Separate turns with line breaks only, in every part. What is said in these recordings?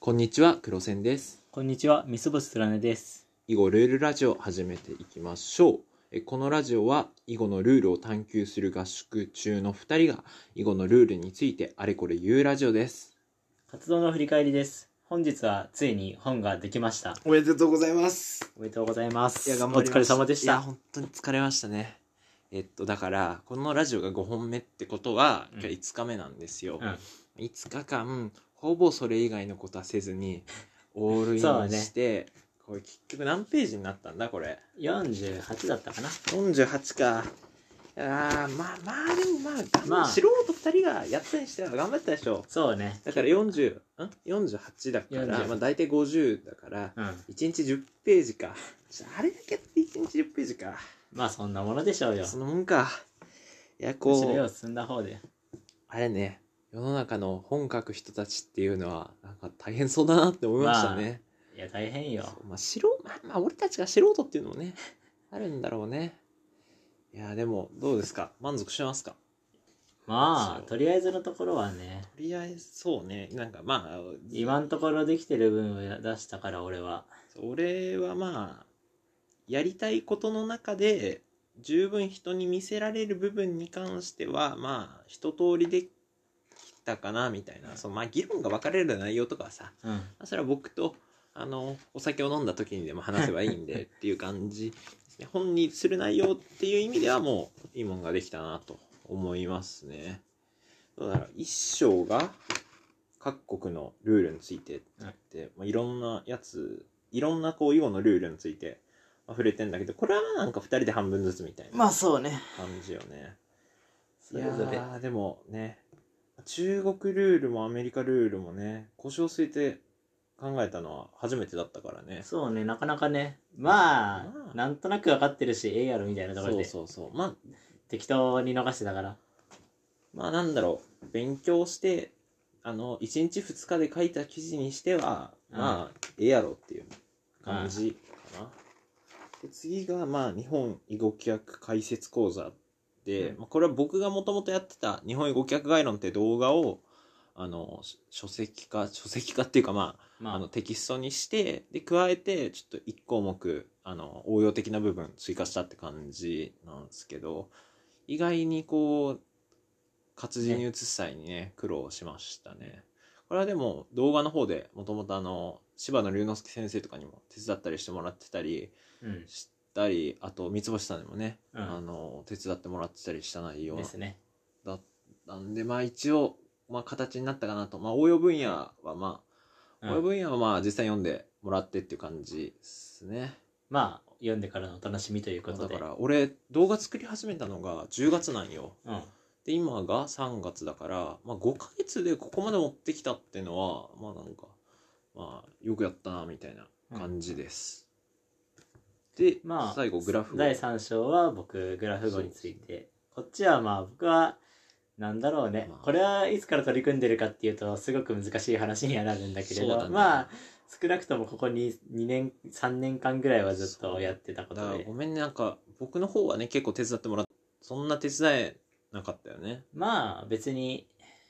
こんにちは、黒線です。
こんにちは、みすぼすつらねです。
囲碁ルールラジオ始めていきましょう。このラジオは囲碁のルールを探求する合宿中の2人が囲碁のルールについてあれこれ言うラジオです。
活動の振り返りです。本日はついに本ができました。
おめでとうございます。
おめでとうございます。
頑張りました。
お疲れ様でした。
いや、本当に疲れましたね。だからこのラジオが5本目ってことは今日5日目なんですよ。5日間ほぼそれ以外のことはせずにオールインして、これ結局何ページになったんだこれ。
48だったかな。
48か。でも素人2人がやったにしては頑張ったでしょ。
そうね。
だから48だから大体50だから、1日10ページか。あれだけって1日10ページか。
まあそんなものでしょうよ。
そのもんか。いや、
むしろよ進んだ方で。
あれね、世の中の本書く人たちっていうのはなんか大変そうだなって思いましたね。
いや大変よ。
俺たちが素人っていうのもねあるんだろうね。いやでもどうですか、満足してますか？
まあとりあえずのところはね。
とりあえずそうね、なんかまあ
今のところできてる分を出したから俺は
まあやりたいことの中で十分人に見せられる部分に関してはまあ一通りできたかなみたいな。まあ議論が分かれる内容とかはさ、それは僕とお酒を飲んだ時にでも話せばいいんでっていう感じですね。本にする内容っていう意味ではもういいもんができたなと思いますね。だから一章が各国のルールについてって、いろんなこう囲碁のルールについて触れてんだけど、これはなんか2人で半分ずつみたいな
まあそうね
感じよね。
それぞれ。
いやでもね、中国ルールもアメリカルールもね腰を据えて考えたのは初めてだったからね。
そうね、なかなかね、まあなんとなく分かってるしええやろみたいなところでまあ適当に逃してたから、
まあなんだろう、勉強して1日2日で書いた記事にしてはまあええやろっていう感じかな。で次がまあ日本囲碁規約解説講座で、これは僕がもともとやってた日本囲碁規約概論って動画を書籍化っていうかテキストにしてで加えてちょっと1項目応用的な部分追加したって感じなんですけど、意外にこう活字に移す際にね苦労しましたね。これはでも動画の方でもともと柴野龍之介先生とかにも手伝ったりしてもらってたりしたり、あと三ツ星さんにもね、手伝ってもらってたりした内容
ですね。
だったんで、一応形になったかなと。応用分野は応用分野は実際読んでもらってっていう感じですね。
読んでからのお楽しみということで。
だから俺動画作り始めたのが10月なんよ。で今が3月だから5ヶ月でここまで持ってきたっていうのはよくやったなみたいな感じです。で最後グラフ語。
第3章は僕グラフ語について。こっちは僕はなんだろうね、これはいつから取り組んでるかっていうとすごく難しい話にはなるんだけれど、少なくともここに2年3年間ぐらいはずっとやってたことで。
ごめんね、なんか僕の方はね結構手伝ってもらってそんな手伝えなかったよね。
別に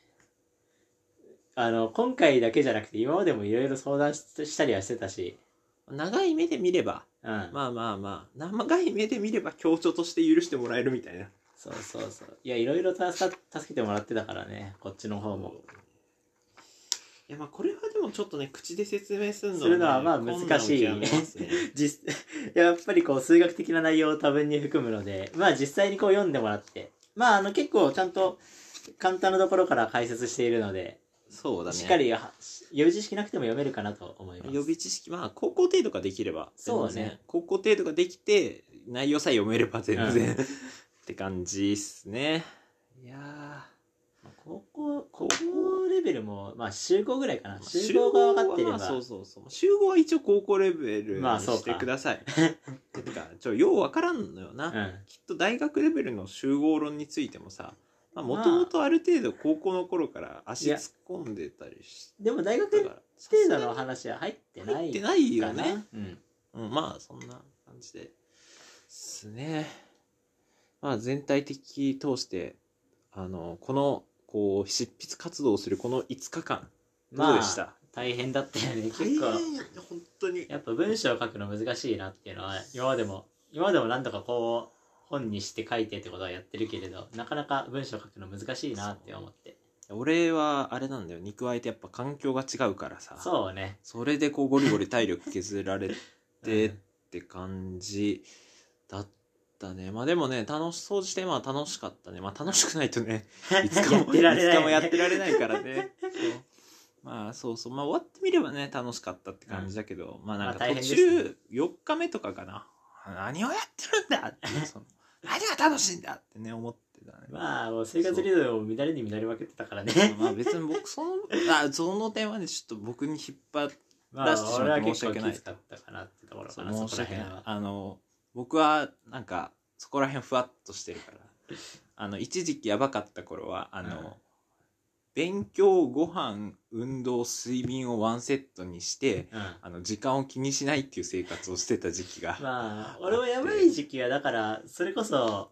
今回だけじゃなくて今までもいろいろ相談したりはしてたし、
長い目で見れば、長い目で見れば協調として許してもらえるみたいな。
そういやいろいろ助けてもらってたからね、こっちの方も。
いやこれはでもちょっとね口で説明する
のは難しいやっぱりこう数学的な内容を多分に含むので、実際にこう読んでもらって結構ちゃんと簡単なところから解説しているので、
そうだね、
しっかり予備知識なくても読めるかなと思います。
予備知識高校程度ができれば、そうね、高校程度ができて内容さえ読めれば全然、って感じっすね。いや
高校レベルも集合ぐらいかな。集合が分かってれば。
集合は一応高校レベルにしてください。てかよう分からんのよな、きっと大学レベルの集合論についてもさ、もともとある程度高校の頃から足突っ込んでたりして、
でも大学程度の話は入ってない
よね。そんな感じですね。全体的通してこのこう執筆活動をするこの5日間どうでした？
大変だったよね結構。
大変や本当に。
やっぱ文章を書くの難しいなっていうのは今までも何とかこう本にして書いてってことはやってるけれど、なかなか文章を書くの難しいなって思って。
俺はあれなんだよ、に加えてやっぱ環境が違うからさ、
そうね。
それでこうゴリゴリ体力削られて
うん
って感じだったね。まあでもね、掃除してまあ楽しかったね。まあ楽しくないとね、いつかも
やってられない
いつかもやってられないからね。そうまあそうそう、まあ終わってみればね楽しかったって感じだけど、まあなんか
まあ大
途
変ですね
中4日目とかかな、何をやってるんだっていうその何が楽しいんだってね思ってたね。
まあもう生活リズムも乱れに乱れまくってたからね。
まあ別に僕その点はねちょっと僕に引っ張
まあ
出してしまって
俺は結構
申し訳ない
きつかったかなってところ
そう
かな。
申し訳ない
そこら辺は。
僕はなんかそこら辺ふわっとしてるから一時期やばかった頃は勉強ご飯運動睡眠をワンセットにして時間を気にしないっていう生活をしてた時期が
まあ俺もやばい時期はだからそれこそ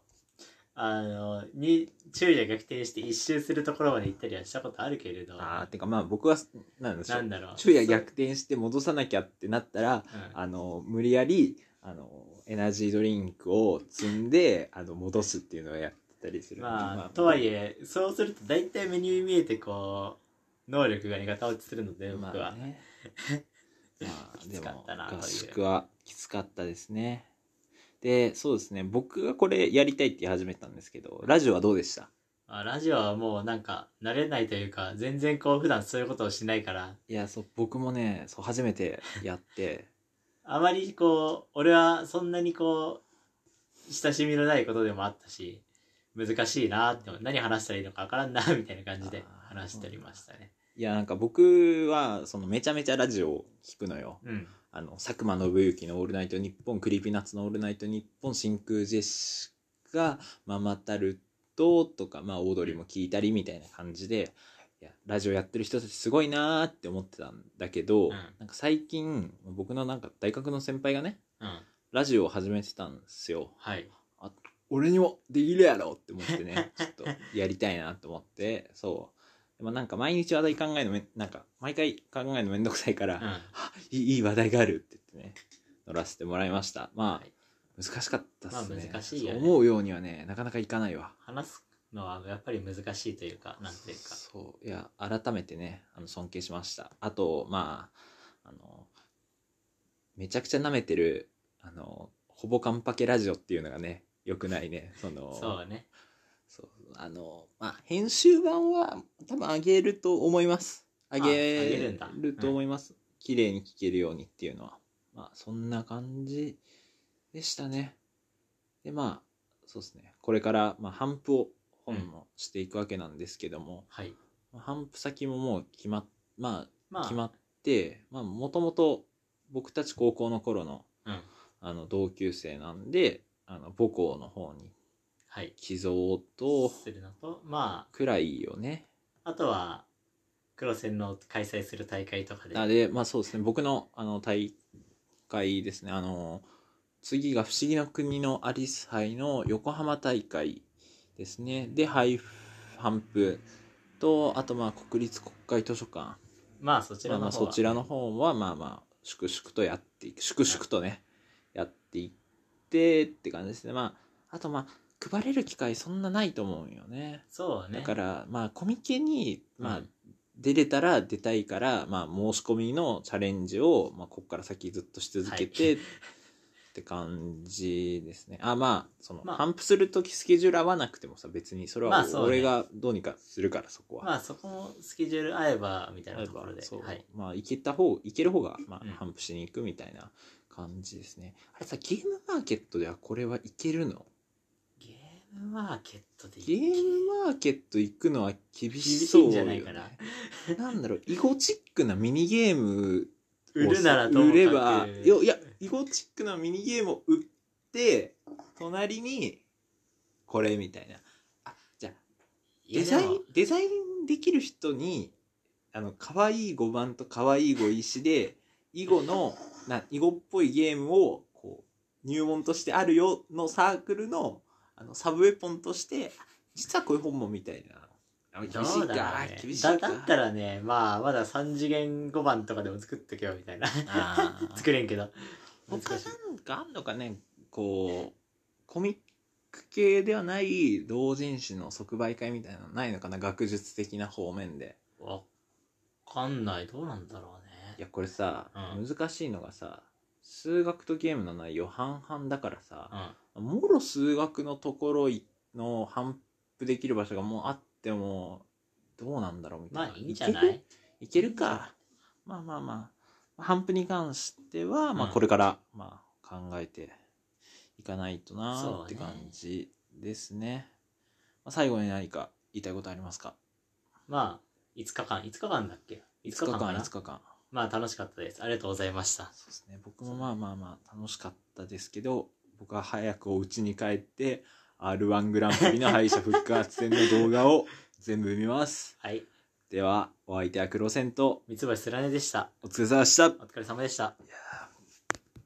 昼夜逆転して一周するところまで行ったりはしたことあるけれど。
てかまあ僕はなんでしょう、
なんだろう、
昼夜逆転して戻さなきゃってなったら無理やりエナジードリンクを積んで戻すっていうのをやってたりする。
まあとはいえそうすると大体目に見えてこう能力がガタ落ちするので僕は、
まあねまあ
きつかったなという。
合宿はきつかったですね。でそうですね、僕がこれやりたいって言い始めたんですけど、ラジオはどうでした？
ラジオはもうなんか慣れないというか全然こう普段そういうことをしないから、
いやそう僕もね初めてやって
あまりこう俺はそんなにこう親しみのないことでもあったし難しいなって何話したらいいのか分からんなみたいな感じで話しておりましたね。
いやなんか僕はめちゃめちゃラジオを聞くのよ。佐久間信行のオールナイトニッポン、クリーピーナッツのオールナイトニッポン、真空ジェシカ、ママタルトとか、まあオードリーも聞いたりみたいな感じで、いやラジオやってる人たちすごいなーって思ってたんだけど、なんか最近僕のなんか大学の先輩がね、ラジオを始めてたんですよ。俺にもできるやろって思ってねちょっとやりたいなと思ってそうなんか毎日話題考えるのなんか毎回考えるのめんどくさいから、いい話題があるって言ってね乗らせてもらいました。まあ、難しかったっすね。
難しいよね。
思うようにはねなかなかいかないわ。
話すのはやっぱり難しいというかなんていうか、
そういや改めてね尊敬しました。あとまあめちゃくちゃ舐めてるほぼカンパケラジオっていうのがねよくないね。
そうね。
そうまあ編集版は多分上げると思います。上げると思います。綺麗に聞けるようにっていうのはまあそんな感じでしたね。でまあそうですね、これからまあハンプを本もしていくわけなんですけども、ハンプ先ももう決まってもともと僕たち高校の頃の、同級生なんで母校の方に寄贈と
するのとまあ
くらいよね。
あとは黒線の開催する大会とか
でまあそうですね、僕の大会ですね。次が不思議の国のアリス杯の横浜大会ですね。でハンプとあとまあ国立国会図書館、
そちらの方は、
そちらの方はまあ粛々とやっていく、粛々とねやっていってって感じですね。あと配れる機会そんなないと思うよね。
そうね。
だからコミケに出れたら出たいから申し込みのチャレンジをここから先ずっとし続けて、って感じですね。ハンプするときスケジュール合わなくてもさ別にそれは俺がどうにかするから、そこは
そこもスケジュール合えばみたいなところで
行ける方がハンプしに行くみたいな感じですね。あれさ、ゲームマーケットではこれはいけるの？
ゲームマーケットで
ゲームマーケット行くのは厳しそうよね。
じゃないかな。
なんだろう、囲碁チックなミニゲーム
売るならともかく
売れば、いや囲碁チックなミニゲームを売って隣にこれみたいな。じゃあデザインできる人に可愛い碁盤と可愛い碁石で囲碁っぽいゲームをこう入門としてあるよのサークルのサブウェポンとして実はこういう本もみたいな厳しいか、
どうだろうね
厳しいか。
だったらね、まあまだ3次元5番とかでも作っとけよみたいな作れんけど
他なんかあんのかね、こうコミック系ではない同人誌の即売会みたいなのないのかな、学術的な方面で。
わかんない、どうなんだろうね。
いやこれさ、
うん
難しいのがさ、数学とゲームの内容半々だからさ、
うん
もろ数学のところの反布できる場所がもうあってもどうなんだろうみたいな。
まあいいんじゃない？
いけるか。まあまあまあ、反布に関しては、まあ
うん
これから、まあ考えていかないとな
そうね
って感じですね。まあ、最後に何か言いたいことありますか？
まあ5日間だっけ？
5日間、
かな。
5日間。
まあ楽しかったです。ありがとうございました。
そうですね。僕もまあまあまあ楽しかったですけど、僕は早くお家に帰って R1 グランプリの敗者復活戦の動画を全部見ます。
はい、
では、お相手は黒線と
三橋すらねでした。
お疲れ様でした。
お疲れ様でした。
いや